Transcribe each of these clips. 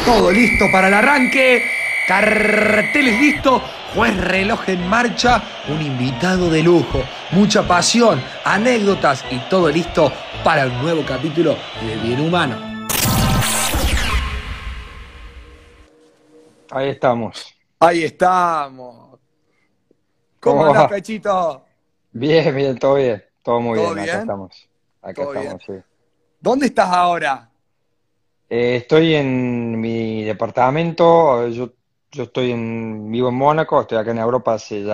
Todo listo para el arranque. Carteles listos. Juez reloj en marcha. Un invitado de lujo. Mucha pasión, anécdotas y todo listo para un nuevo capítulo de Bien Humano. Ahí estamos. Ahí estamos. ¿Cómo ¿Cómo andás, va? Pechito? Bien, bien, todo bien. Todo muy ¿Todo bien, acá bien? estamos. Acá Todo bien. estamos, sí. ¿Dónde estás ahora? Estoy en mi departamento, yo vivo en Mónaco, estoy acá en Europa hace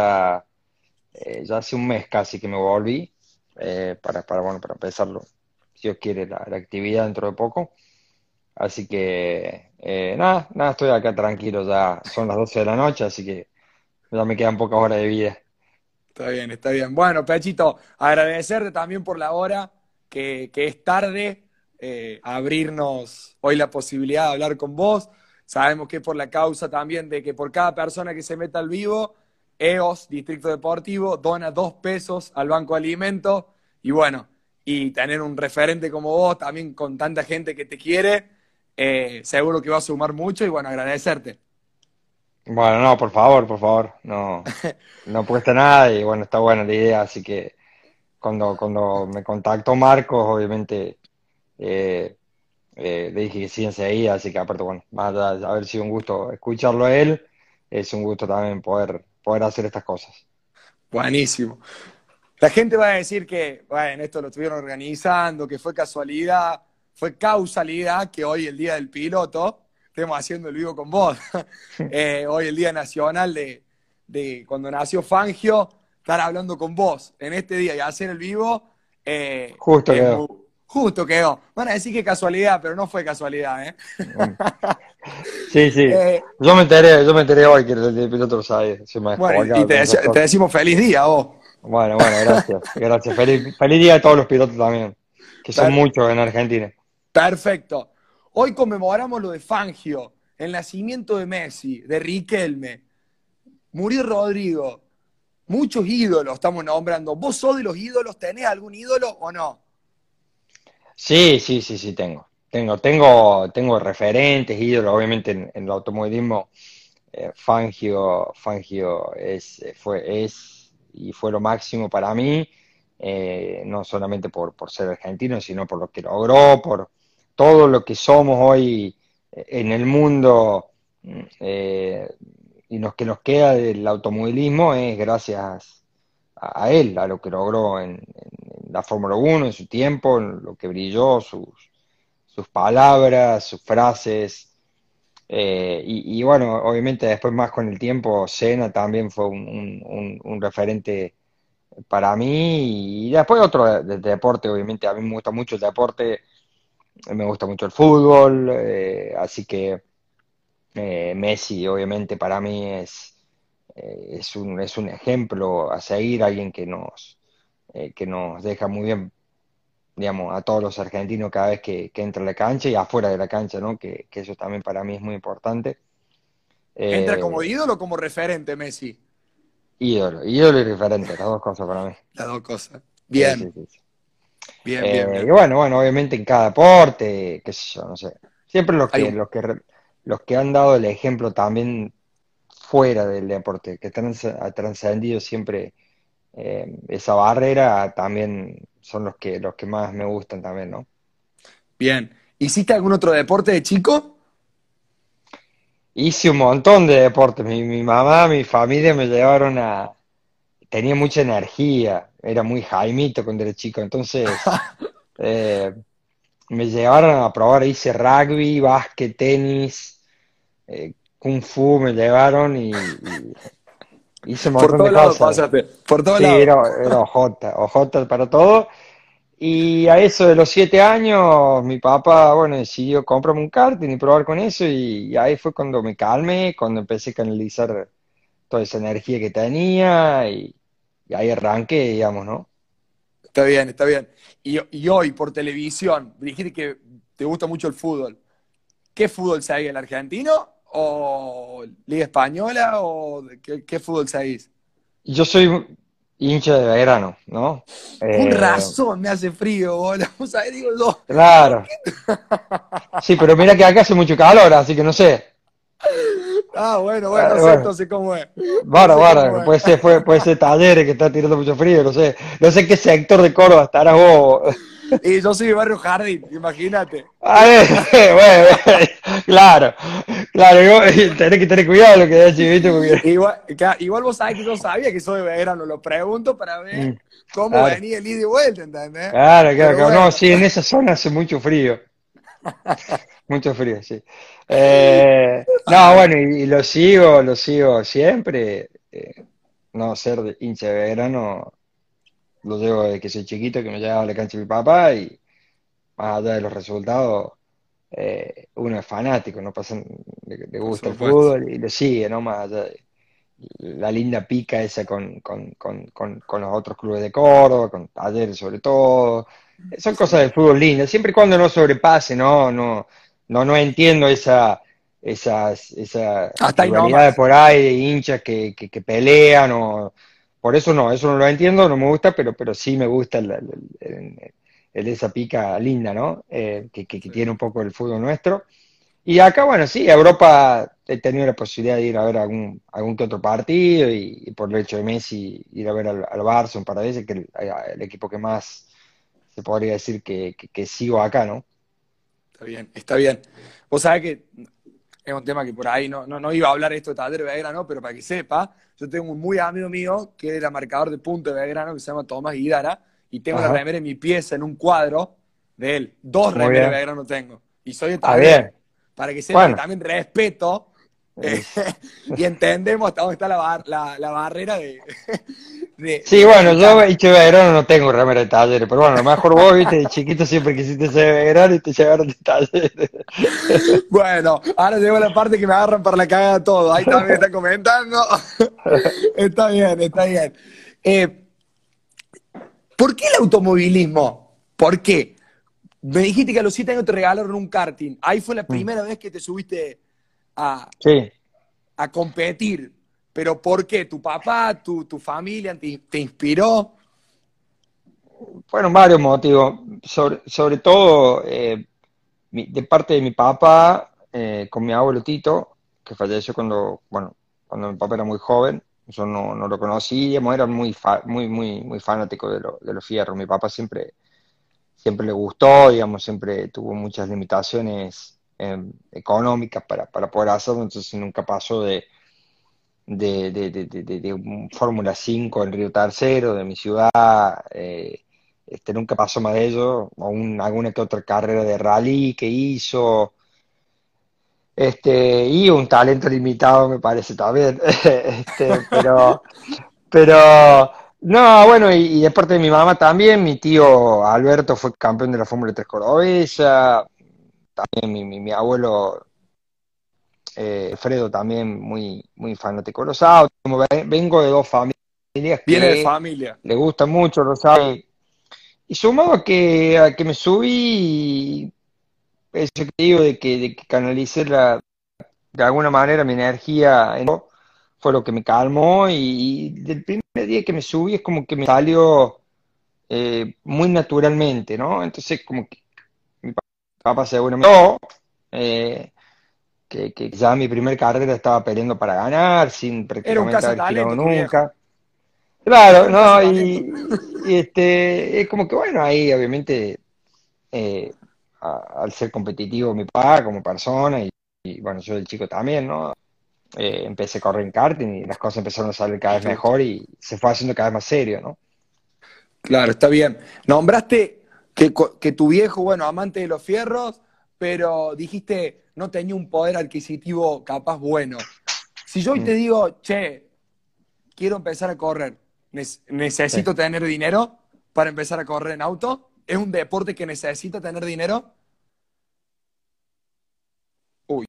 ya hace un mes casi que me volví, bueno, para empezarlo, si Dios quiere, la actividad dentro de poco. Así que, nada, estoy acá tranquilo, ya son las 12 de la noche, así que ya me quedan pocas horas de vida. Está bien, está bien. Bueno, Pechito, agradecerte también por la hora, que es tarde, abrirnos hoy la posibilidad de hablar con vos. Sabemos que es por la causa también de que por cada persona que se meta al vivo, EOS, Distrito Deportivo, dona 2 pesos al Banco de Alimentos. Y bueno, y tener un referente como vos, también con tanta gente que te quiere, seguro que va a sumar mucho y bueno, agradecerte. Bueno, no, por favor, no, no cuesta nada y bueno, está buena la idea, así que cuando me contactó Marcos, obviamente eh, le dije que sí enseguida, así que aparte, bueno, más allá de haber sido un gusto escucharlo a él, es un gusto también poder hacer estas cosas. Buenísimo. La gente va a decir que, bueno, esto lo estuvieron organizando, que fue casualidad, fue causalidad que hoy, el día del piloto, estemos haciendo el vivo con vos. Hoy, el día nacional de cuando nació Fangio, estar hablando con vos en este día y hacer el vivo, Justo es muy quedó. justo quedó. Van a decir que casualidad, pero no fue casualidad, ¿eh? Mm. Sí, sí, Eh, yo me enteré hoy que el piloto lo sabía, se me bueno, y descolgaba con esas te cosas. decimos feliz día, vos. Bueno, gracias, gracias. Feliz día a todos los pilotos también, que son Per- muchos en Argentina. Perfecto. Hoy conmemoramos lo de Fangio, el nacimiento de Messi, de Riquelme, murió Rodrigo. Muchos ídolos estamos nombrando. ¿Vos sos de los ídolos? ¿Tenés algún ídolo o no? Sí, tengo referentes, ídolos, obviamente en el automovilismo, Fangio es y fue lo máximo para mí, no solamente por ser argentino, sino por lo que logró, por todo lo que somos hoy en el mundo, y lo que nos queda del automovilismo es gracias a él, a lo que logró en la Fórmula Uno en su tiempo, en lo que brilló, sus palabras, sus frases. Y bueno, obviamente después más con el tiempo, Senna también fue un referente para mí. Y después otro de deporte, obviamente, a mí me gusta mucho el deporte, me gusta mucho el fútbol, así que Messi obviamente para mí es un ejemplo a seguir, alguien que nos deja muy bien, digamos, a todos los argentinos cada vez que entra a la cancha y afuera de la cancha, ¿no? Que eso también para mí es muy importante. ¿Entra como Eh, ídolo o como referente Messi? ídolo y referente, las dos cosas para mí. Las dos cosas. Sí, sí, Bien, sí, sí. bien, bien, Y bien. bueno, obviamente en cada deporte, qué sé yo, no sé. Siempre Hay un, los que han dado el ejemplo también fuera del deporte, que ha trascendido siempre esa barrera, también son los que más me gustan también, ¿no? bien. ¿Hiciste algún otro deporte de chico? Hice un montón de deportes. Mi mamá, mi familia me llevaron tenía mucha energía, era muy Jaimito cuando era chico, entonces eh, me llevaron a probar, hice rugby, básquet, tenis, kung fu, me llevaron y hice un Por montón de todos lados cosas. pasaste, por todos Sí, lados. era ojota para todo. Y a eso de los 7 años, mi papá, bueno, decidió comprarme un karting y probar con eso, y ahí fue cuando me calmé, cuando empecé a canalizar toda esa energía que tenía, y ahí arranqué, digamos, ¿no? Está bien, está bien. Y hoy por televisión, dijiste que te gusta mucho el fútbol. ¿Qué fútbol seguís? ¿El argentino o Liga Española o qué fútbol seguís? Yo soy hincha de Belgrano, ¿no? Con Eh, razón me hace frío, boludo. Digo, no, ¿por claro, qué? Sí, pero mira que acá hace mucho calor, así que no sé. Ah, bueno, bueno, no sé Bueno, entonces cómo es. No bueno, sé cómo bueno, es. puede ser Talleres que está tirando mucho frío, no sé. No sé qué sector de Córdoba estarás vos. Y yo soy de Barrio Jardín, imagínate. A ver, bueno, claro, claro, tenés que tener cuidado lo que decís, ¿viste? Porque, Igual vos sabés que yo sabía que soy de Belgrano, lo pregunto para mm, ver cómo claro, venía el ida y vuelta, ¿entendés? claro, claro, Pero claro. No, bueno, sí, en esa zona hace mucho frío, sí. No, ay, bueno, y lo sigo siempre. No ser hincha de Belgrano, lo llevo desde que soy chiquito, que me llevaba a la cancha de mi papá, y más allá de los resultados, uno es fanático, no pasa, le por gusta el supuesto, fútbol y lo sigue, ¿no? Más allá de la linda pica esa con los otros clubes de Córdoba, con Talleres sobre todo. Son cosas del sí. fútbol lindas, siempre y cuando no sobrepase, ¿no? No entiendo esa Hasta ahí rivalidades nomás. por ahí de hinchas que pelean o por eso no lo entiendo, no me gusta, pero sí me gusta esa pica linda, ¿no? Que Sí, tiene un poco el fútbol nuestro. Y acá, bueno, sí, a Europa he tenido la posibilidad de ir a ver algún que otro partido y por el hecho de Messi ir a ver al Barça un par de veces, que es el equipo que más se podría decir que sigo acá, ¿no? está bien, está bien. Vos sabés que es un tema que por ahí no iba a hablar esto de Taller Belgrano, pero para que sepa, yo tengo un muy amigo mío que era marcador de punto de Belgrano, que se llama Tomás Guidara, y tengo la Ajá, remera en mi pieza en un cuadro de él. Dos muy remeras de bien. Belgrano tengo. Y soy de Ah, bien. Talleres. Para que sepa que Bueno, también respeto eh, es- y entendemos hasta dónde está la barrera sí, de bueno, yo americana. hecho de verano no tengo remera de Talleres, pero bueno, a lo mejor vos, viste, de chiquito siempre quisiste ser de verano y te llevaron de Talleres. Bueno, ahora llegó la parte que me agarran para la cagada todo. Ahí también está comentando. Está bien, está bien. Eh, ¿Por qué el automovilismo? ¿Por qué? Me dijiste que a los 7 años te regalaron un karting. Ahí fue la Mm, primera vez que te subiste a, sí. a competir. Pero ¿por qué? ¿Tu papá, tu familia te inspiró? Fueron varios motivos, sobre todo de parte de mi papá, con mi abuelo Tito, que falleció cuando mi papá era muy joven, yo no lo conocíamos, era muy fanático de los fierros. Mi papá siempre le gustó, digamos, siempre tuvo muchas limitaciones económicas para poder hacerlo, entonces nunca pasó de un Fórmula 5 en Río Tercero, de mi ciudad, nunca pasó más de ello, o alguna que otra carrera de rally que hizo, y un talento limitado me parece también, pero, no, bueno, y de parte de mi mamá también, mi tío Alberto fue campeón de la Fórmula 3 cordobesa, también mi abuelo Fredo también muy fanático de los autos. Como vengo de dos familias Viene de que familia. le gustan mucho los autos. Y sumado a que me subí, eso que digo de que canalicé de alguna manera mi energía fue lo que me calmó. Y del primer día que me subí es como que me salió muy naturalmente, ¿no? Entonces, como que mi papá seguramente. Eh, que ya mi primer carrera estaba peleando para ganar, sin Era un prácticamente haber girado cazatalento tu viejo. nunca. Claro, Era un no, cazatalento. y es como que bueno, ahí obviamente al ser competitivo mi papá como persona y bueno, yo el chico también, ¿no? Empecé a correr en karting y las cosas empezaron a salir cada Y vez te gustó. mejor y se fue haciendo cada vez más serio, ¿no? Claro, está bien. Nombraste que tu viejo, bueno, amante de los fierros, pero dijiste no tenía un poder adquisitivo capaz bueno. Si yo hoy Mm, te digo, che, quiero empezar a correr, sí. necesito tener dinero para empezar a correr en auto, ¿es un deporte que necesita tener dinero? Uy,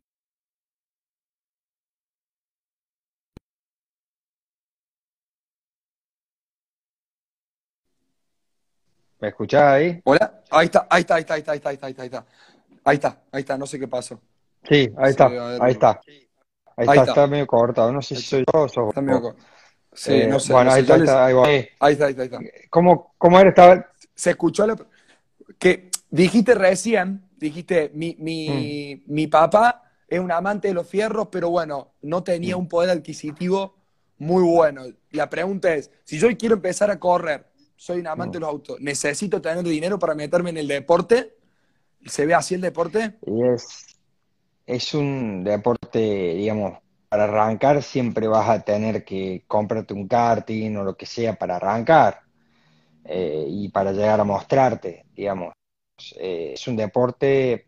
¿Me escuchás ahí? ¿hola? Ahí está, ahí está, ahí está, ahí está, ahí está, ahí está, ahí está. Ahí está, ahí está, no sé qué pasó. Sí, ahí Se está, debe haber. ahí está, ahí Ahí está, está, está medio cortado, no sé ahí si está. soy yo o sos Está medio vos. Sí, no sé, no Bueno, ahí sé. está, ahí está, ahí va. Ahí está, ahí está, ahí está. ¿Cómo era? Estaba. Se escuchó la, que Dijiste recién, dijiste, Mm, mi papá es un amante de los fierros, pero bueno, no tenía mm, un poder adquisitivo muy bueno. La pregunta es, si yo quiero empezar a correr, soy un amante mm. de los autos, ¿necesito tener dinero para meterme en el deporte? ¿Se ve así el deporte? Y es un deporte, digamos, para arrancar siempre vas a tener que comprarte un karting o lo que sea para arrancar y para llegar a mostrarte, digamos. Es un deporte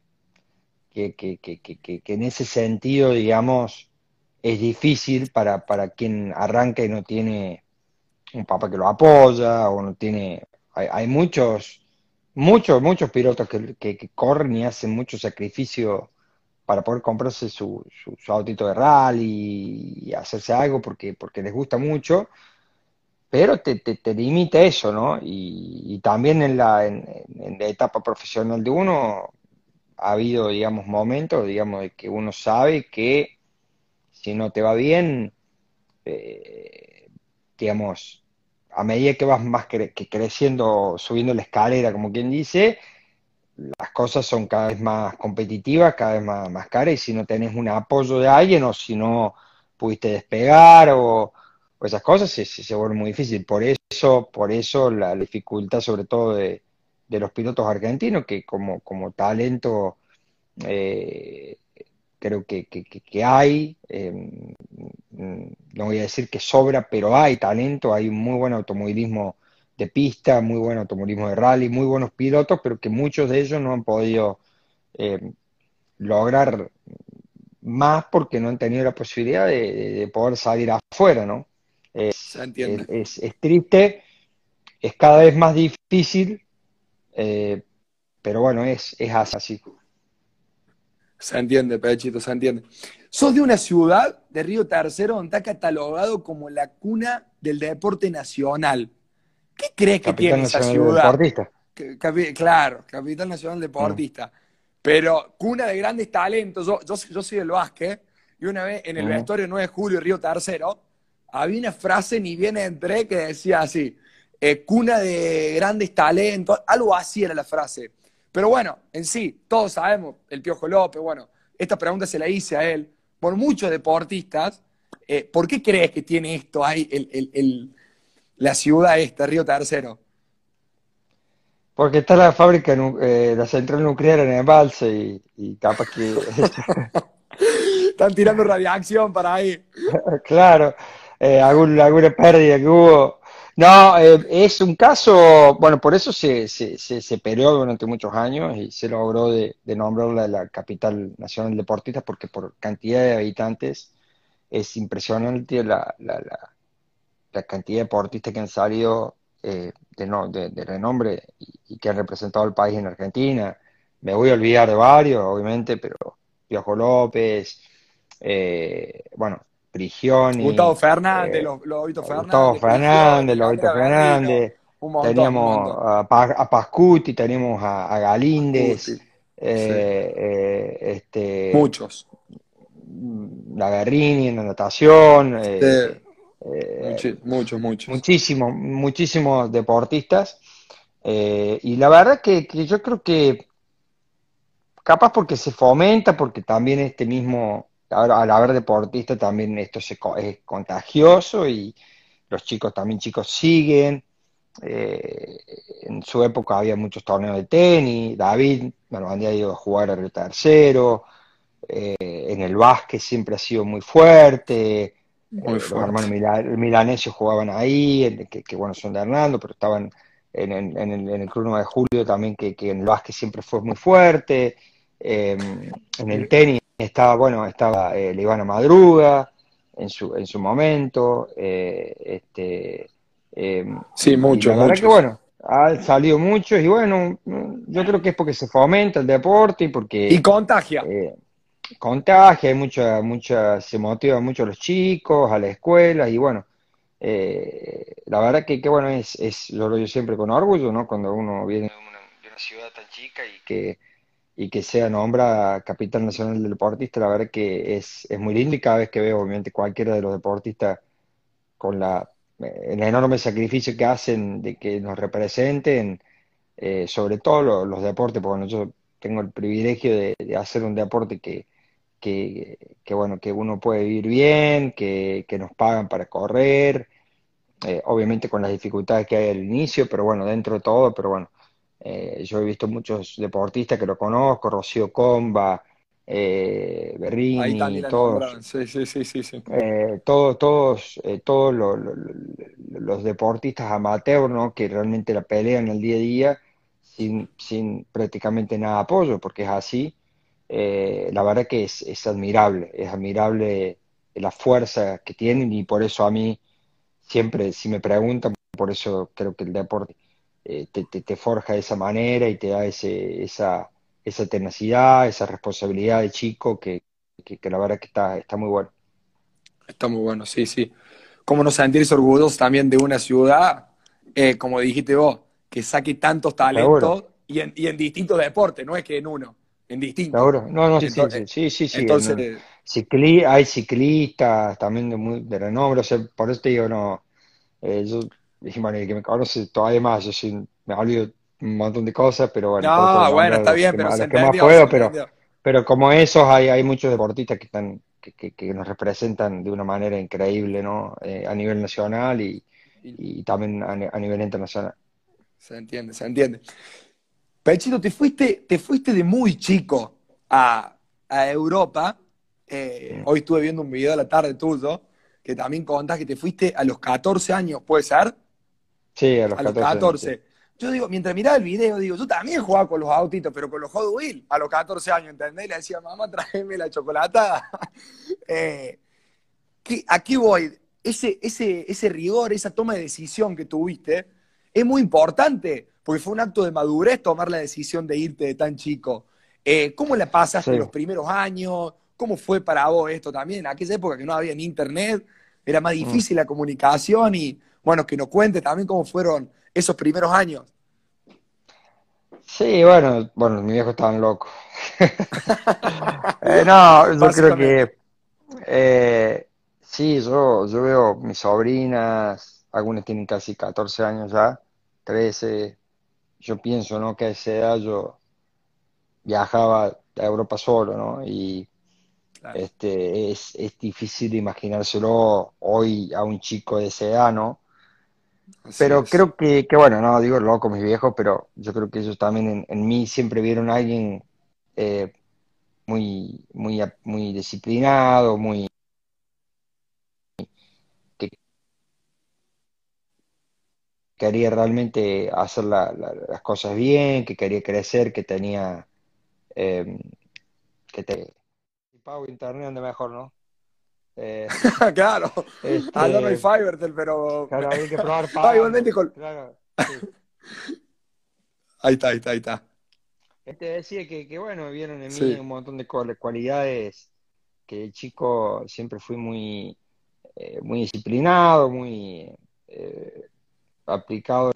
que en ese sentido, digamos, es difícil para quien arranca y no tiene un papá que lo apoya o no tiene... Hay muchos pilotos que corren y hacen mucho sacrificio para poder comprarse su autito de rally y hacerse algo porque les gusta mucho, pero te limita eso, ¿no? Y también en la etapa profesional de uno ha habido, digamos, momentos, digamos, de que uno sabe que si no te va bien, eh, digamos, a medida que vas más que creciendo, subiendo la escalera, como quien dice, las cosas son cada vez más competitivas, cada vez más caras, y si no tenés un apoyo de alguien o si no pudiste despegar o esas cosas, se vuelve muy difícil. Por eso la dificultad sobre todo de los pilotos argentinos, que como talento eh, creo que hay, no voy a decir que sobra, pero hay talento, hay un muy buen automovilismo de pista, muy buen automovilismo de rally, muy buenos pilotos, pero que muchos de ellos no han podido eh, lograr más porque no han tenido la posibilidad de poder salir afuera, ¿no? Se entiende. Es triste, es cada vez más difícil, eh, pero bueno, es así. Se entiende, Pechito, se entiende. Sos de una ciudad de Río Tercero donde está catalogado como la cuna del deporte nacional. ¿Qué crees que Capital tiene esa Nacional del ciudad? Deportista. Claro, capital nacional Mm, deportista. Pero cuna de grandes talentos. Yo soy del básquet y una vez en el mm. vestuario 9 de julio, Río Tercero, había una frase, ni bien entré, que decía así, cuna de grandes talentos, algo así era la frase. Pero bueno, en sí, todos sabemos, el Piojo López, bueno, esta pregunta se la hice a él, por muchos deportistas, ¿por qué crees que tiene esto ahí, la ciudad esta, Río Tercero? Porque está la fábrica, la central nuclear en Embalse y capaz que, Están tirando radiación para ahí. claro, alguna pérdida que hubo. No, es un caso, bueno, por eso se peleó durante muchos años y se logró de nombrarla la capital nacional deportista porque por cantidad de habitantes es impresionante la cantidad de deportistas que han salido de renombre y que han representado al país en Argentina. Me voy a olvidar de varios, obviamente, pero Piojo López, bueno, Gustavo Prigioni, Fernández, los Lobito Gustavo Fernández, Prigioni, Lobito Andrea Berlino, Fernández, un montón, un teníamos montón. a Pascuti, teníamos a Ascuti, Galíndez, sí, este, muchos. la Guerrini en la natación, Sí, eh, muchos, muchos. muchísimos deportistas. Y la verdad que yo creo que capaz porque se fomenta, porque también este mismo, al haber deportista también esto es contagioso y los chicos también chicos siguen. Eh, en su época había muchos torneos de tenis, David, bueno, había ido a jugar a Río Tercero, en el básquet siempre ha sido muy fuerte, Muy los hermanos fuerte. milaneses jugaban ahí, bueno, son de Hernando, pero estaban en el Club 9 de Julio también, que en el básquet siempre fue muy fuerte, en el tenis estaba, bueno, estaba Ivana Madruga en su momento, Sí, y la muchos, verdad que muchos. bueno, han salido muchos y bueno, yo creo que es porque se fomenta el deporte y Y porque contagia. eh, contagia, hay se motiva mucho a los chicos, a la escuela y bueno, la verdad que bueno, yo lo digo siempre con orgullo, ¿no? Cuando uno viene de una ciudad tan chica y que sea nombra capital nacional del deportista, la verdad que es muy lindo y cada vez que veo obviamente cualquiera de los deportistas con el enorme sacrificio que hacen de que nos representen, sobre todo los deportes, porque bueno, yo tengo el privilegio de hacer un deporte bueno, que uno puede vivir bien, que nos pagan para correr, obviamente con las dificultades que hay al inicio, pero bueno, dentro de todo, pero bueno, yo he visto muchos deportistas que lo conozco, Rocío Comba, Ahí también Berrini, la todos, nombraron, sí, sí, sí, sí, sí. todos los deportistas amateurs, ¿no? Que realmente la pelean el día a día sin prácticamente nada de apoyo, porque es así. La verdad que es admirable la fuerza que tienen y por eso a mí siempre, si me preguntan, por eso creo que el deporte te forja de esa manera y te da esa tenacidad, esa responsabilidad de chico que la verdad que está muy bueno. Está muy bueno, sí, sí. Cómo no sentirse orgullosos también de una ciudad, como dijiste vos, que saque tantos Seguro. talentos y en distintos deportes, no es que en uno, en distintos. Seguro. No, no, sí, sí, Entonces, sí, sí, sí, sí, entonces, hay ciclistas también de renombre, o sea, por eso te digo, no, yo, y bueno, el que me conoce todavía más, me olvido un montón de cosas, pero bueno, trato de no, bueno, nombrar está bien, pero a se los que más entendió, se puedo, entendió. pero como esos hay muchos deportistas que nos representan de una manera increíble, ¿no? A nivel nacional Y y también a nivel internacional. se entiende, se entiende. Pechito, te fuiste de muy chico a Europa. Mm. Hoy estuve viendo un video a la tarde tuyo, que también contás que te fuiste a los 14 años, ¿puede ser? Sí, a los A los 14 años, sí. 14. Yo digo, mientras miraba el video, digo, yo también jugaba con los autitos, pero con los Hot Wheels a los 14 años, ¿entendés? Y le decía, mamá, tráeme la chocolatada. Eh, ¿A qué voy? Ese rigor, esa toma de decisión que tuviste, es muy importante, porque fue un acto de madurez tomar la decisión de irte de tan chico. ¿Cómo la pasaste Sí. los primeros años? ¿Cómo fue para vos esto también? En aquella época que no había ni internet, era más Mm. difícil la comunicación y, bueno, que nos cuentes también cómo fueron esos primeros años. Sí, bueno, mi viejo estaban loco. No, yo creo Básicamente. que sí, yo veo mis sobrinas, algunas tienen casi 14 años ya, 13. Yo pienso, ¿no? Que a esa edad yo viajaba a Europa solo, ¿no? Y Claro, es difícil imaginárselo hoy a un chico de esa edad, ¿no? así Pero es. creo bueno, no digo loco mis viejos, pero yo creo que ellos también en mí siempre vieron a alguien eh, muy disciplinado, que quería realmente hacer las cosas bien, que quería crecer, que tenía, eh, que te... Si pago internet ande mejor, ¿no? Eh, Claro, allá no hay este, Fivertel, pero... claro, había que probar Ah, igualmente pagando, con... claro, sí. Ahí está, ahí está, ahí está. Te decía bueno, vieron en mí Sí. un montón de cualidades que el chico siempre fui muy disciplinado, muy aplicado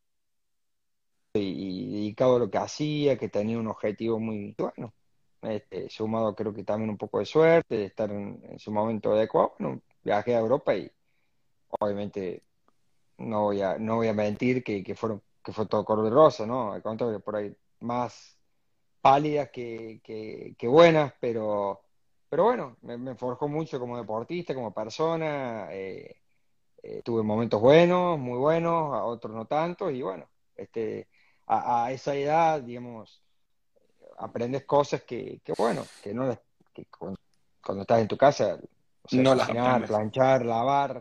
y dedicado a lo que hacía, que tenía un objetivo muy bueno. Sumado creo que también un poco de suerte, de estar en su momento adecuado. Bueno, viajé a Europa y obviamente no voy a mentir que fue todo color de rosa, ¿no? Al contrario, por ahí más pálidas que buenas, pero bueno, me forjó mucho como deportista, como persona. Tuve momentos buenos, muy buenos, a otros no tantos, y bueno, a esa edad, digamos, aprendes cosas bueno, que no las, que cuando estás en tu casa, o sea, No las cocinar, aprendes. planchar, lavar,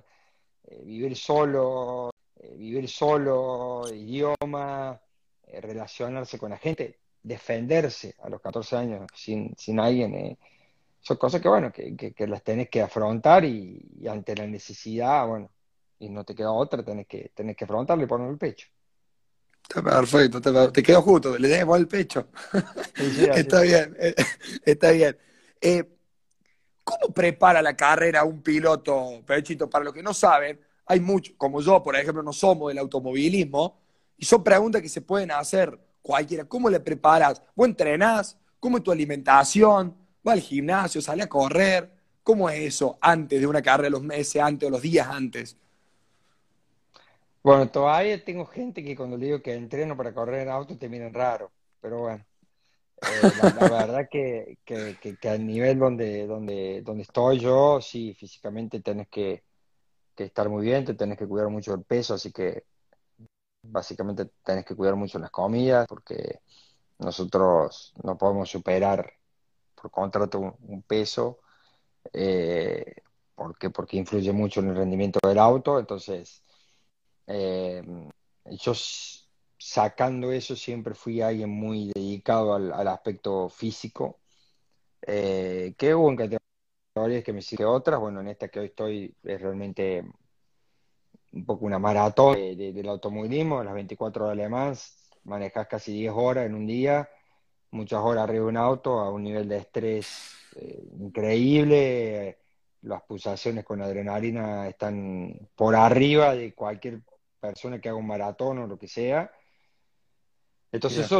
vivir solo, idioma, relacionarse con la gente, defenderse a los 14 años sin alguien, son cosas que, bueno, que las tenés que afrontar y ante la necesidad, bueno, y no te queda otra, tenés que afrontarlo y poner el pecho. Está perfecto, te quedó justo, le debo al pecho. Sí, sí, así. Está bien, está bien. Eh, ¿Cómo prepara la carrera un piloto, Pechito? Para los que no saben, hay muchos, como yo, por ejemplo, no somos del automovilismo, y son preguntas que se pueden hacer cualquiera. ¿Cómo le preparas? ¿Vos entrenás? ¿Cómo es tu alimentación? ¿Va al gimnasio? ¿Sale a correr? ¿Cómo es eso antes de una carrera, los meses antes o los días antes? Bueno, todavía tengo gente que cuando le digo que entreno para correr en auto te miran raro, pero bueno, la verdad que al nivel donde estoy yo, sí, físicamente tenés que estar muy bien, te tenés que cuidar mucho del peso, así que básicamente tenés que cuidar mucho las comidas, porque nosotros no podemos superar por contrato un peso, eh, porque influye mucho en el rendimiento del auto, entonces eh, yo sacando eso siempre fui alguien muy dedicado al aspecto físico, que hubo en categorías que me sirven otras, bueno, en esta que hoy estoy es realmente un poco una maratón del automovilismo, las 24 horas de Le Mans, manejas casi 10 horas en un día, muchas horas arriba de un auto a un nivel de estrés increíble, las pulsaciones con adrenalina están por arriba de cualquier persona que haga un maratón o lo que sea. Entonces Bien. eso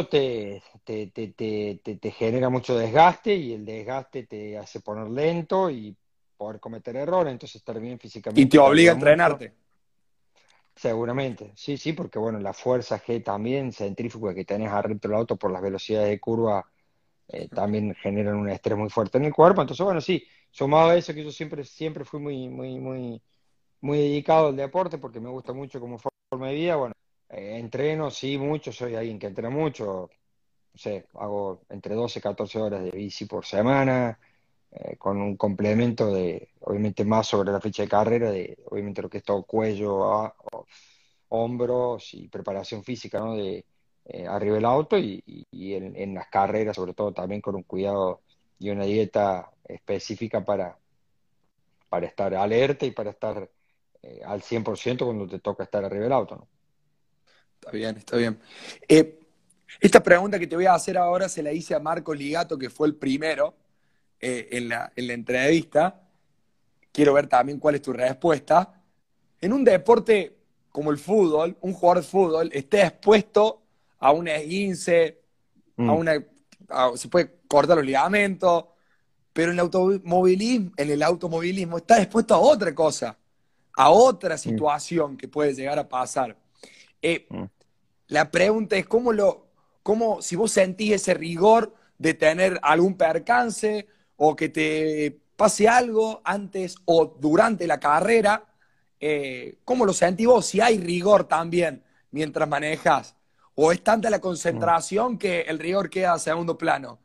te genera mucho desgaste y el desgaste te hace poner lento y poder cometer errores, entonces estar bien Y te físicamente te obliga a ayuda mucho. entrenarte. Seguramente, sí, sí, porque bueno, la fuerza G también, centrífuga que tenés arriba del auto por las velocidades de curva, también generan un estrés muy fuerte en el cuerpo. Entonces, bueno, sí, sumado a eso que yo siempre fui muy dedicado al deporte porque me gusta mucho como forma de vida, bueno, entreno, sí, mucho, soy alguien que entrena mucho, no sé, hago entre 12 y 14 horas de bici por semana, con un complemento de, obviamente más sobre la fecha de carrera, de obviamente lo que es todo cuello, hombros y preparación física, ¿no? De arriba del auto y en las carreras, sobre todo también con un cuidado y una dieta específica para estar alerta y para estar al 100% cuando te toca estar arriba del auto, ¿no? Está bien, está bien. Eh, Esta pregunta que te voy a hacer ahora se la hice a Marco Ligato, que fue el primero en la entrevista. Quiero ver también cuál es tu respuesta. En un deporte como el fútbol, un jugador de fútbol esté expuesto a un esguince, a Mm, una, se puede cortar los ligamentos, pero en el automovilismo está expuesto a otra cosa, a otra mm, situación que puede llegar a pasar. Eh, mm. la pregunta es cómo, si vos sentís ese rigor de tener algún percance o que te pase algo antes o durante la carrera, ¿cómo lo sentís vos? Si hay rigor también mientras manejas, o es tanta la Mm. concentración que el rigor queda a segundo plano.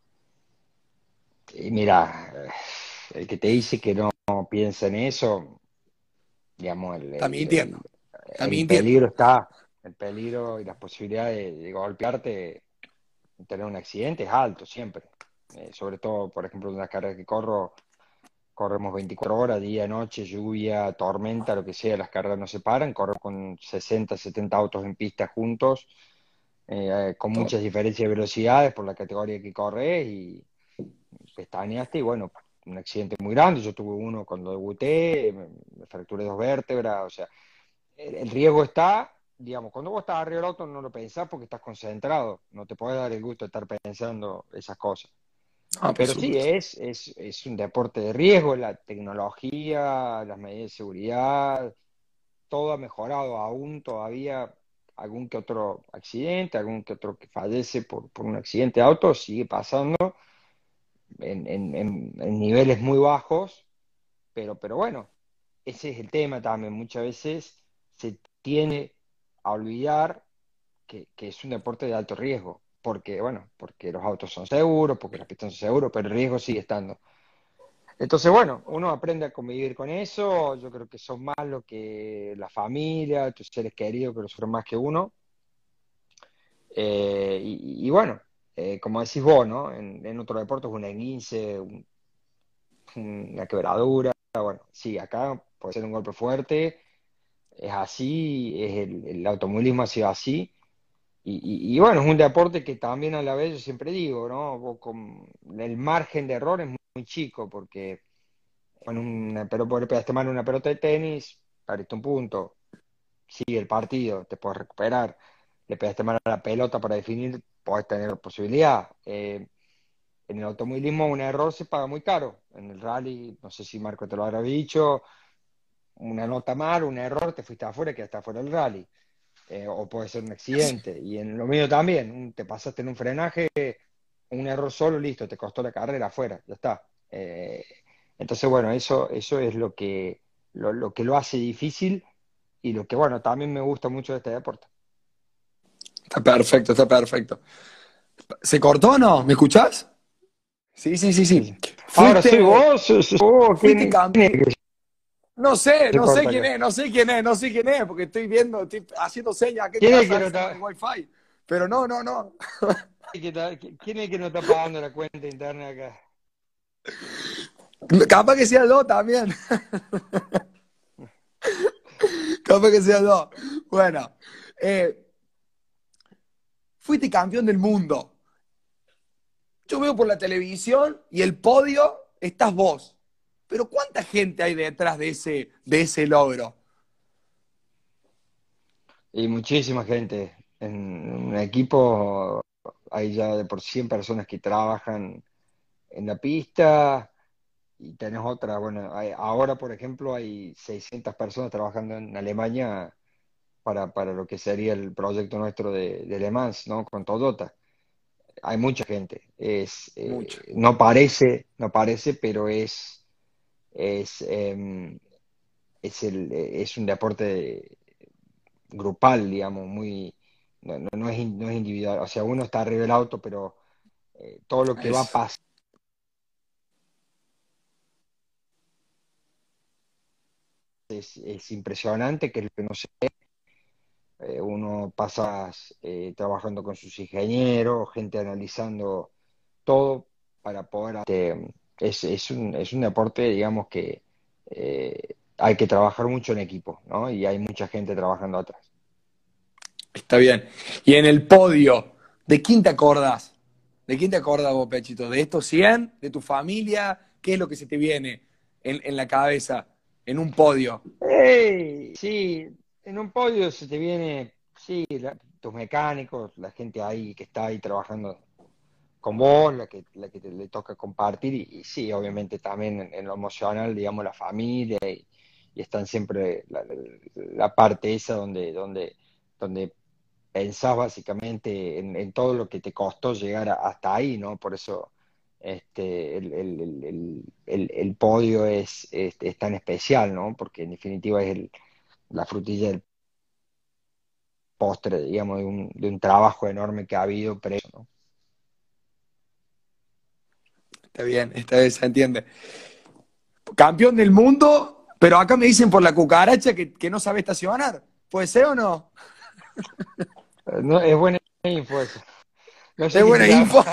Y mira, el que te dice que no piensa en eso, digamos, Está mintiendo, está el mintiendo. peligro está, el peligro y las posibilidades de golpearte, tener un accidente es alto siempre. Sobre todo, por ejemplo, en las carreras que corro, corremos 24 horas, día, noche, lluvia, tormenta, lo que sea, las carreras no se paran, corro con 60, 70 autos en pista juntos, con Todo. muchas diferencias de velocidades por la categoría que corres y pestañeaste y bueno, un accidente muy grande. Yo tuve uno cuando debuté, me fracturé dos vértebras, o sea, el riesgo está, digamos, cuando vos estás arriba del auto no lo pensás porque estás concentrado, no te podés dar el gusto de estar pensando esas cosas. Ah, por Pero sí, supuesto. es un deporte de riesgo, la tecnología, las medidas de seguridad, todo ha mejorado aún todavía. Algún que otro accidente, algún que otro que fallece por un accidente de auto, sigue pasando en niveles muy bajos, pero bueno, ese es el tema también. Muchas veces se tiene a olvidar que es un deporte de alto riesgo, porque, bueno, porque los autos son seguros, porque las pistas son seguros, pero el riesgo sigue estando. Entonces, bueno, uno aprende a convivir con eso, yo creo que son más lo que la familia, tus seres queridos, que lo sufren más que uno. Y bueno, como decís vos, ¿no? En otros deportes, un esguince, una quebradura, bueno, sí, acá puede ser un golpe fuerte, es así, el automovilismo ha sido así, y bueno, es un deporte que también a la vez yo siempre digo, ¿no? El margen de error es muy chico, porque bueno, pero le pegaste mal una pelota de tenis, perdiste un punto, sigue el partido, te puedes recuperar, le pegaste mal a la pelota para definir, puedes tener posibilidad. En el automovilismo un error se paga muy caro. En el rally, no sé si Marco te lo habrá dicho, una nota mal, un error, te fuiste afuera, quedaste afuera del rally. O puede ser un accidente. Y en lo mío también, te pasaste en un frenaje, un error solo, listo, te costó la carrera afuera, ya está. Entonces, bueno, eso es lo que lo hace difícil y lo que, bueno, también me gusta mucho de este deporte. Está perfecto, está perfecto. ¿Se cortó o no? ¿Me escuchás? Sí, sí, sí, Sí, sí. sí. Ahora soy Fuiste, vos, sos vos, fuiste quién es campeón. que No sé, se no sé corta quién acá? es, no sé quién es, no sé quién es, porque estoy viendo, estoy haciendo señas acá en ¿Quién es el casa, a que ver no si no hay está, wifi. Pero no, no, no. quién es el que no está pagando la cuenta interna acá? Capaz que sea yo también. Capaz que sea yo. Bueno, eh, fuiste campeón del mundo. Yo veo por la televisión y el podio estás vos. Pero ¿cuánta gente hay detrás de ese logro? Y muchísima gente. En un equipo hay ya de por 100 personas que trabajan en la pista y tenés otra, bueno, ahora por ejemplo hay 600 personas trabajando en Alemania para lo que sería el proyecto nuestro de Le Mans, ¿no? Con Toyota. Hay mucha gente. Mucho. No parece, pero es, em, es un deporte grupal, digamos, muy, no es individual. O sea, uno está arriba del auto, pero todo lo que va a Eso. pasar es impresionante, que es lo que no sé. Uno pasa trabajando con sus ingenieros, gente analizando todo para poder. Es un deporte, digamos, que hay que trabajar mucho en equipo, ¿no? Y hay mucha gente trabajando atrás. Está bien. Y en el podio, ¿de quién te acordás? ¿De quién te acordás vos, Pechito? ¿De estos 100? ¿De tu familia? ¿Qué es lo que se te viene en la cabeza en un podio? Sí, en un podio se te viene, sí, tus mecánicos, la gente ahí que está ahí trabajando con vos, la que le toca compartir, y sí, obviamente también en lo emocional, digamos, la familia, y están siempre la parte esa donde pensás básicamente en todo lo que te costó llegar hasta ahí, ¿no? Por eso el podio es tan especial, ¿no? Porque en definitiva es la frutilla del postre, digamos, de un trabajo enorme que ha habido preso, ¿no? Está bien, se entiende. Campeón del mundo, pero acá me dicen por la cucaracha que no sabe estacionar. ¿Puede ser o no? No, es buena info eso. No Es sé qué buena será. info.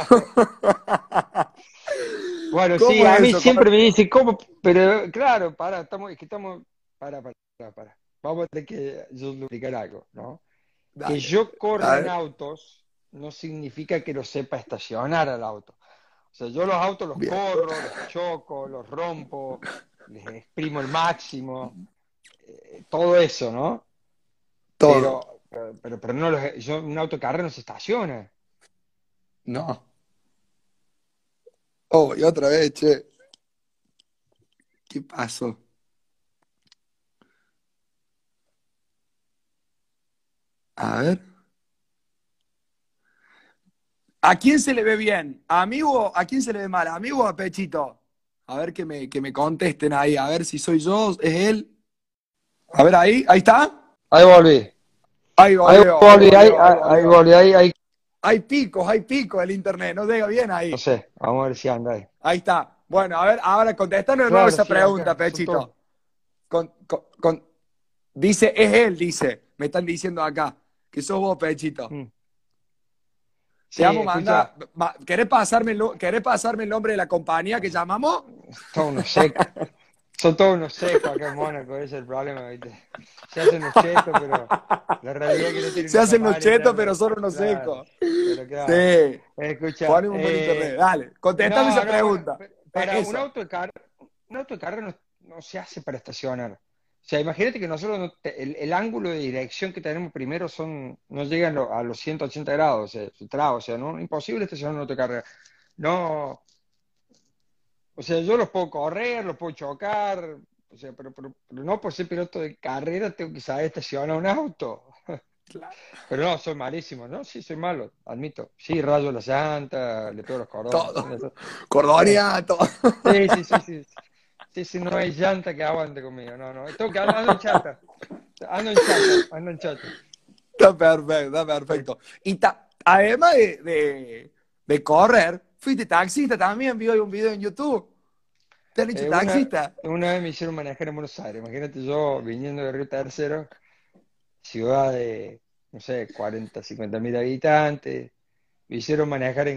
Bueno, sí, ¿Cómo a es mí eso? siempre me dice, ¿cómo? Pero claro, es que estamos, para. Vamos a tener que yo explicar algo, ¿no? Que Dale. yo A corra en ver. autos no significa que lo sepa estacionar al auto. O sea, yo los autos los Bien. corro, los choco, los rompo, les exprimo el máximo, todo eso, ¿no? Todo. Pero no un auto de carrera no se estaciona. No. Oh, y otra vez, che. ¿Qué pasó? A ver. ¿A quién se le ve bien? ¿A amigo? ¿A quién se le ve mal? ¿A amigo o a Pechito? A ver que me contesten ahí, a ver si soy yo, es él. A ver ahí está. Ahí volví, Ahí ahí volvió, ahí volví, volvió, ahí ahí volvió. volví, ahí, Hay picos el internet, no llega bien no ahí. sé, vamos a ver si anda ahí. Ahí está. Bueno, a ver, ahora contestando de nuevo Claro, esa sí, pregunta, acá, son todos. Pechito. Dice, es él, dice. Me están diciendo acá. Que sos vos, Pechito. Mm. Te Sí, vamos a escucha, mandar. ¿Querés pasarme el nombre de la compañía que llamamos? todos unos secos, son todos unos secos acá en Mónaco, ese es el problema, ¿viste? Se hacen los chetos, pero la realidad es que no tienen Se una hacen los campana chetos, pero interna, son unos claro, secos. pero claro. Sí. Escucha, Poneme un buen internet. Dale. Contestame esa no, bueno, pregunta. para Eso. un auto de carrera no se hace para estacionar. O sea, imagínate que nosotros el ángulo de dirección que tenemos primero no llegan a los 180 grados, o sea, no, imposible estacionar un auto de carrera. No, o sea, yo los puedo correr, los puedo chocar, O sea, pero no por ser piloto de carrera tengo que saber estacionar un auto. Claro. Pero no, soy malísimo, ¿no? Sí, soy malo, admito. Sí, rayo la llanta, le pego los cordones. Todo. Eh, Cordonia, todo. sí, sí, sí, sí. Sí, sí, no hay llanta que aguante conmigo. No, no. Tengo que ando en chata. Ando en chata, ando en chata. Está perfecto, está Sí. perfecto. Y además de correr, fuiste taxista también, vi hoy un video en YouTube. ¿Te han hecho Eh, una, taxista? una vez me hicieron manejar en Buenos Aires. Imagínate yo viniendo de Río Tercero, ciudad de, no sé, 40, 50 mil habitantes. Me hicieron manejar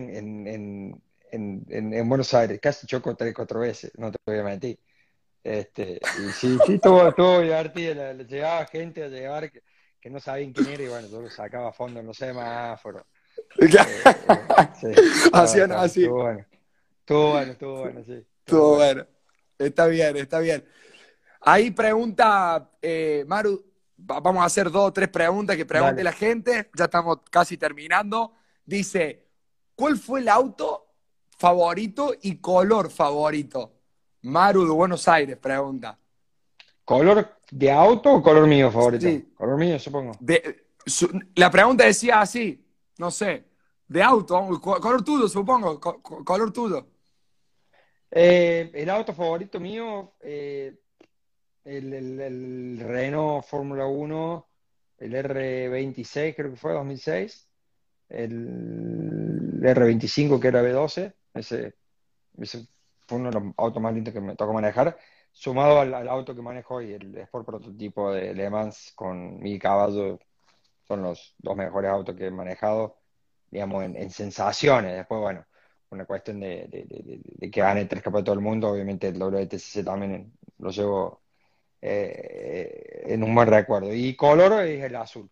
en Buenos Aires. Casi choco 3, 4 veces, no te voy a mentir. Y sí, sí, estuvo divertido. Le llegaba gente a llevar que no sabían quién era y bueno, yo lo sacaba a fondo en los semáforos. Sí, Hacían así. estuvo bueno. Estuvo bueno, estuvo bueno, sí, estuvo Todo bueno. bueno. Está bien, está bien. Ahí pregunta, Maru, vamos a hacer 2 o 3 preguntas que pregunte Dale. la gente. Ya estamos casi terminando. Dice, ¿cuál fue el auto favorito y color favorito? Maru de Buenos Aires pregunta. ¿Color de auto o color mío favorito? Sí, Color mío, supongo. la pregunta decía así, no sé, de auto, color tuyo, supongo, color tuyo. El auto favorito mío, el Renault Fórmula 1, el R26 creo que fue, 2006, el R25 que era B12, ese fue uno de los autos más lindos que me tocó manejar, sumado al auto que manejo hoy, el Sport prototipo de Le Mans con 1000 caballos, son los 2 mejores autos que he manejado, digamos, en sensaciones. Después, bueno, una cuestión de que gane 3 campeonatos del mundo, obviamente el WTCC también lo llevo en un buen recuerdo. Y color es el azul,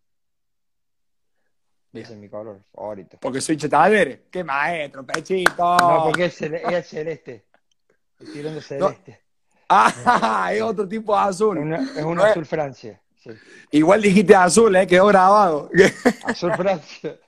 Bien, ese es mi color favorito. porque soy chetadere. ¡Qué maestro, No, pechito! porque es celeste, es tirando No. celeste. Eh, Ah, es otro tipo de azul. es un No es- azul Francia, sí. Igual dijiste azul, quedó grabado. Azul Francia.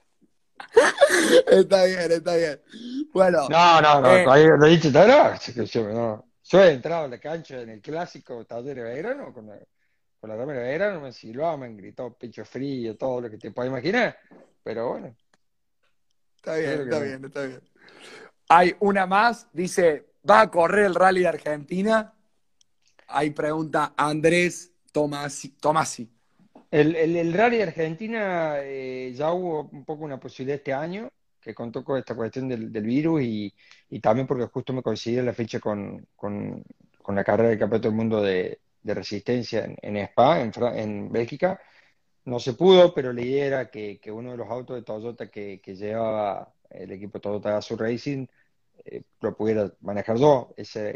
Está bien, está bien. Bueno, No, no, no, eh, todavía lo he dicho, no, no. Yo he entrado a la cancha en el clásico Taller de Belgrano con la remera de Belgrano, me silbaban, me han gritado pecho frío, todo lo que te puedas imaginar, pero bueno, está yo bien, creo que está no. bien, está bien. Hay una más, dice, ¿va a correr el Rally de Argentina? Ahí pregunta Andrés Tomasi. El Rally de Argentina ya hubo un poco una posibilidad este año, que contó con esta cuestión del virus y también porque justo me coincidía la fecha con la carrera del Campeonato del Mundo de Resistencia en Spa, en Bélgica. No se pudo, pero la idea era que uno de los autos de Toyota que llevaba el equipo Toyota Gazoo Racing lo pudiera manejar yo.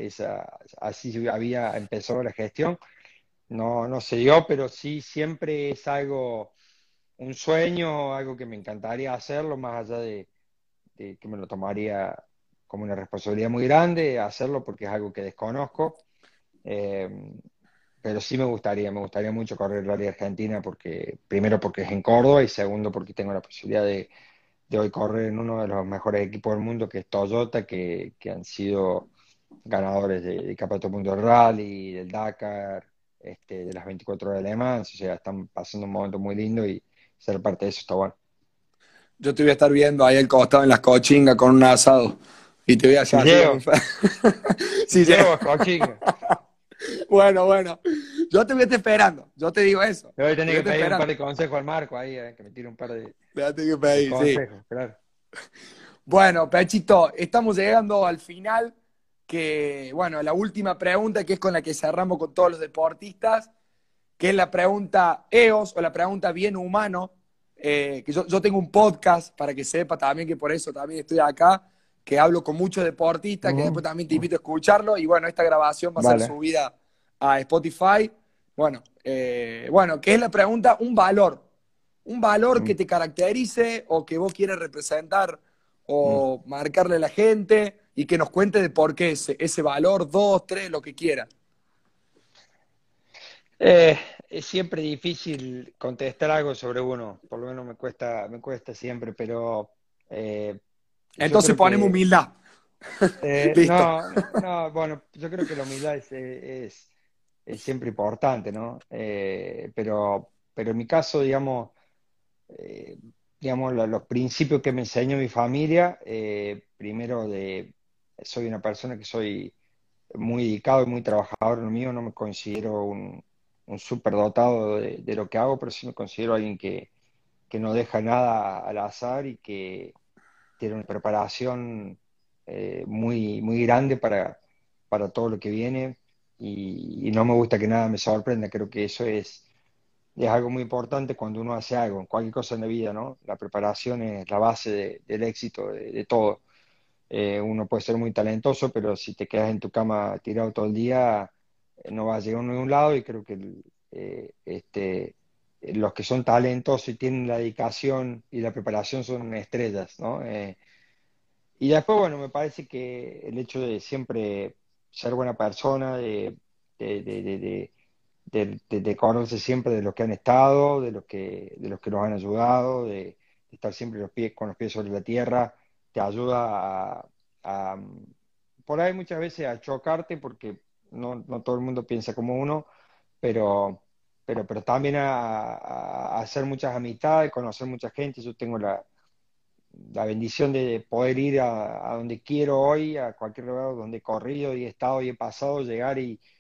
Así había empezado la gestión. No, no se dio, pero sí siempre es algo, un sueño, algo que me encantaría hacerlo, más allá de que me lo tomaría como una responsabilidad muy grande hacerlo porque es algo que desconozco. Eh, pero sí me gustaría mucho correr el Rally de Argentina porque, primero porque es en Córdoba y segundo porque tengo la posibilidad de hoy correr en uno de los mejores equipos del mundo que es Toyota, que han sido ganadores de Campeonato del Mundo del Rally, del Dakar, de las 24 horas de Le Mans, o sea, están pasando un momento muy lindo y ser parte de eso está bueno. Yo te voy a estar viendo ahí al costado en las cochingas con un asado. Y te voy a hacer Si así con llego, un... si Sí, sí. llego a Coaching, Bueno, bueno. Yo te voy a estar esperando. Yo te digo eso. le voy a Te tener voy a que estar pedir un par esperando. de consejos al Marco ahí, que me tire un par Déjate que de pedir, sí. consejos, claro. Bueno, Pechito, estamos llegando al final, que, bueno, la última pregunta, que es con la que cerramos con todos los deportistas, que es la pregunta EOS o la pregunta bien humano, que yo tengo un podcast para que sepa también que por eso también estoy acá, que hablo con muchos deportistas, que después Ujú. también te invito a escucharlo, y bueno, esta grabación va a ser Vale. subida a Spotify. Bueno, bueno, que es la pregunta, un valor que Mm, te caracterice o que vos quieras representar mm. o marcarle a la gente y que nos cuente de por qué ese valor, 2, 3, lo que quiera. Es siempre difícil contestar algo sobre uno, por lo menos me cuesta siempre, pero yo Entonces creo ponemos que humildad. Listo. no, no, bueno, yo creo que la humildad es, es siempre importante, ¿no? Pero en mi caso, eh, digamos, los principios que me enseñó mi familia, primero soy una persona que soy muy dedicado y muy trabajador en lo mío, no me considero un superdotado de lo que hago, pero sí me considero alguien que no deja nada al azar y que tiene una preparación muy grande para todo lo que viene y no me gusta que nada me sorprenda. Creo que eso es algo muy importante cuando uno hace algo, en cualquier cosa en la vida, ¿no? La preparación es la base del éxito de todo. Uno puede ser muy talentoso, pero si te quedas en tu cama tirado todo el día, no vas a llegar a ningún lado y creo que los que son talentosos y tienen la dedicación y la preparación son estrellas, ¿no? Y después, bueno, me parece que el hecho de siempre ser buena persona, de, de, de, de, de conocer siempre de los que han estado, de los que nos han ayudado, de estar siempre con los pies sobre la tierra, te ayuda a, por ahí muchas veces a chocarte porque no todo el mundo piensa como uno, pero, pero también a hacer muchas amistades, conocer mucha gente. Yo tengo la bendición de poder ir a donde quiero hoy, a cualquier lugar donde he corrido y he estado y he pasado, llegar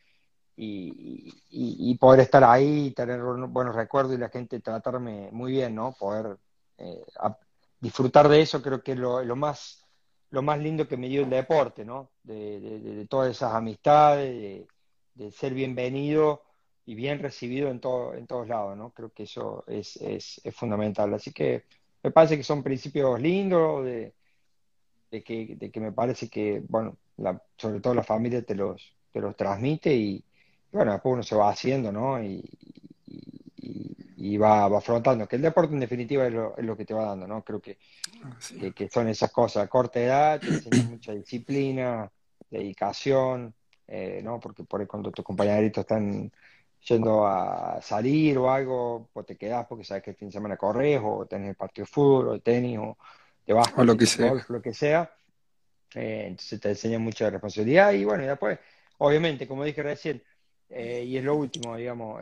y poder estar ahí, tener buenos recuerdos y la gente tratarme muy bien, ¿no? Poder disfrutar de eso creo que es lo más lindo que me dio el deporte, ¿no? De todas esas amistades, de ser bienvenido y bien recibido en todos lados, ¿no? Creo que eso es fundamental. Así que me parece que son principios lindos, de que me parece que, bueno, sobre todo la familia te los transmite y, bueno, después uno se va haciendo, ¿no? Y va afrontando, que el deporte en definitiva es lo que te va dando, ¿no? Creo Sí. que son esas cosas. A corta edad te enseñan mucha disciplina, dedicación, ¿no? Porque por ahí cuando tus compañeritos están yendo a salir o algo, pues te quedás porque sabes que el fin de semana corres o tenés el partido de fútbol o de tenis o de O lo básquet, que de sea. golf, lo que sea. Entonces te enseñan mucha responsabilidad y bueno, y después, obviamente, como dije recién, y es lo último, digamos,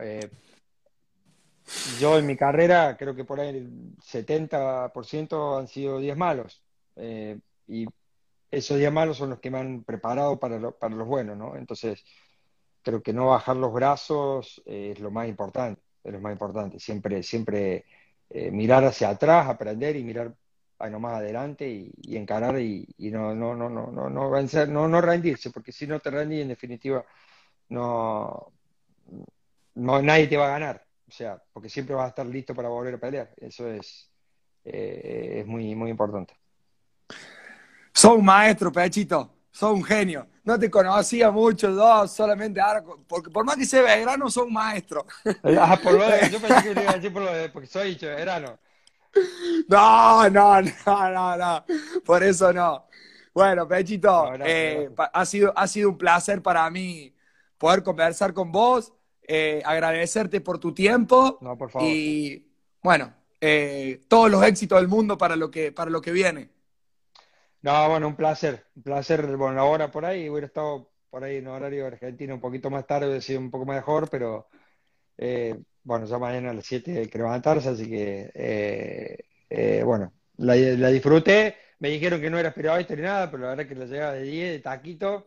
yo en mi carrera creo que por ahí el 70% han sido días malos. Y esos días malos son los que me han preparado para los buenos, ¿no? Entonces, creo que no bajar los brazos es lo más importante, es lo más importante. Siempre, siempre mirar hacia atrás, aprender y mirar ahí nomás adelante y encarar y no vencer, no rendirse, porque si no te rendís, en definitiva, no, nadie te va a ganar. O sea, porque siempre vas a estar listo para volver a pelear. Eso es muy, muy importante. Sos un maestro, Pechito. Sos un genio. No te conocía mucho, yo solamente ahora, porque por más que sea Belgrano, sos un maestro. Yo pensé que le iba a decir porque soy hincha de verano. No, no, no, no, no. Por eso no. Bueno, No, Pechito, gracias, gracias. ha sido un placer para mí poder conversar con vos, agradecerte por tu tiempo No, por favor. y, bueno, todos los éxitos del mundo para lo que viene. No, bueno, un placer, bueno, la hora por ahí, hubiera estado por ahí en horario argentino un poquito más tarde, hubiera sido un poco mejor, pero bueno, ya mañana a las 7 hay que levantarse, así que bueno, la disfruté, me dijeron que no eras periodista ni nada, pero la verdad que la llegaba de 10 de taquito,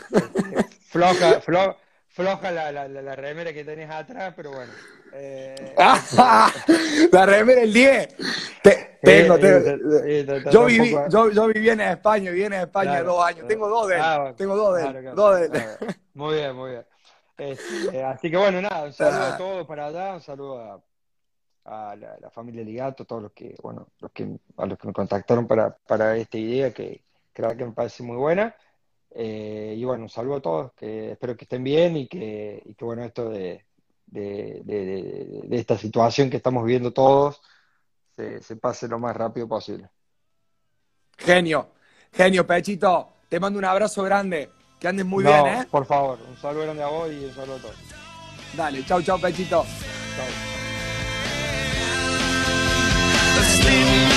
floja la remera que tenés atrás, pero bueno, La remera el 10. Tengo, yo un viví, poco. yo viví en España Claro. 2 años, tengo dos de él, Bueno, tengo dos de él, claro, claro. dos de él. Ah, muy bien, muy bien. Así que bueno, nada, un saludo a Ah, todos para allá, un saludo a la familia Ligato, todos los que, bueno, a los que me contactaron para esta idea que la verdad que me parece muy buena. Y bueno, un saludo a todos, que espero que estén bien y que bueno, esto de esta situación que estamos viviendo todos se pase lo más rápido posible. genio, genio, Pechito. Te mando un abrazo grande. Que andes muy bien, No, ¿eh? por favor, un saludo grande a vos y un saludo a todos. Dale, chau, chau, Pechito. Chao. Let's